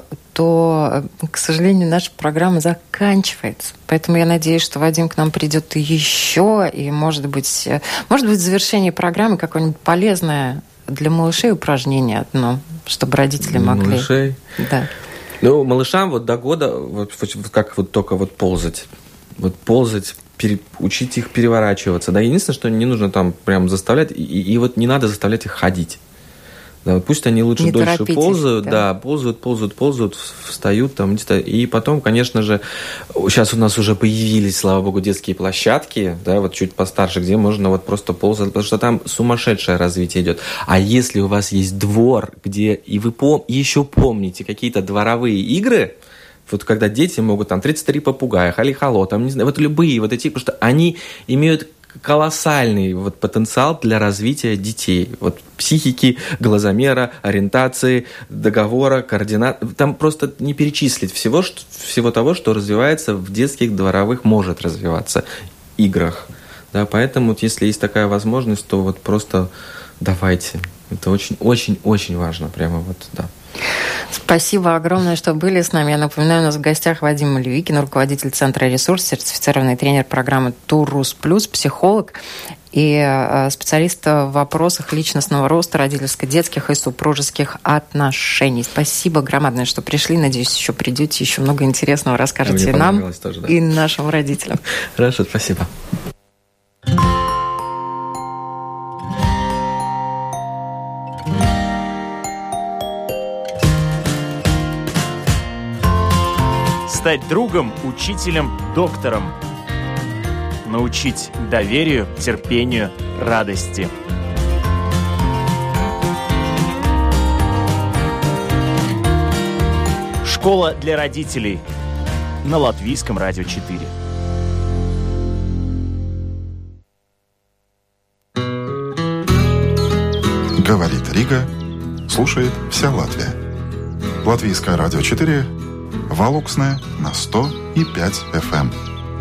то, к сожалению, наша программа заканчивается. Поэтому я надеюсь, что Вадим к нам придет еще, и, может быть, может быть, в завершении программы какое-нибудь полезное для малышей упражнение одно, чтобы родители могли... Малышей? Да. Ну, малышам вот до года, вот, как вот только вот ползать. Вот ползать, пере, учить их переворачиваться. Да, единственное, что не нужно там прям заставлять, и, и вот не надо заставлять их ходить. Да, вот пусть они лучше не дольше ползают, их, да? да, ползают, ползают, ползают, встают там, и потом, конечно же, сейчас у нас уже появились, слава богу, детские площадки, да, вот чуть постарше, где можно вот просто ползать, потому что там сумасшедшее развитие идет. А если у вас есть двор, где и вы пом- еще помните какие-то дворовые игры, вот когда дети могут там тридцать три попугая, хали-хало, там, не знаю, вот любые вот эти, потому что они имеют колоссальный вот потенциал для развития детей. Вот психики, глазомера, ориентации, договора, координат. Там просто не перечислить всего, что, всего того, что развивается в детских дворовых, может развиваться играх. Да, поэтому вот, если есть такая возможность, то вот просто давайте. Это очень-очень-очень важно. Прямо вот, да. Спасибо огромное, что были с нами. Я напоминаю, у нас в гостях Вадим Левикин, руководитель Центра «Ресурс», сертифицированный тренер программы «Турус Плюс», психолог. и специалист в вопросах личностного роста, родительско-детских и супружеских отношений. Спасибо громадное, что пришли. Надеюсь, еще придете, еще много интересного расскажете Мне нам тоже, да. и нашим родителям. Хорошо, спасибо. Стать другом, учителем, доктором. Научить доверию, терпению, радости. Школа для родителей на Латвийском радио четыре. Говорит Рига, слушает вся Латвия. Латвийское радио четыре, Валуксне на сто и пять эф эм.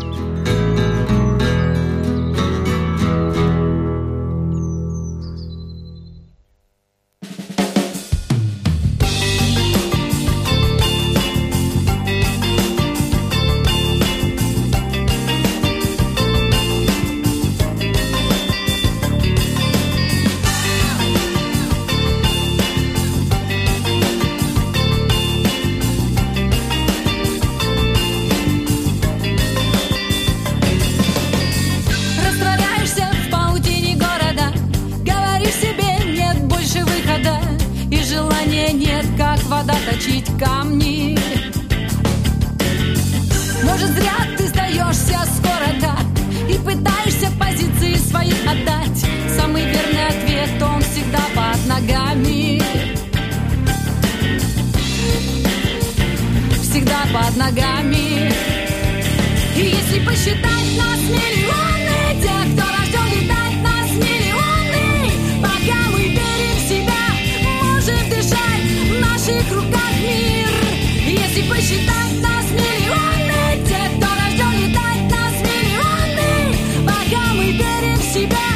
Под ногами. И если посчитать нас миллионы, тех, кто рожден летать, нас миллионы, пока мы верим в себя, можем дышать, в наших руках мир. И если посчитать нас миллионы, тех, кто рожден летать, нас миллионы, пока мы верим в себя,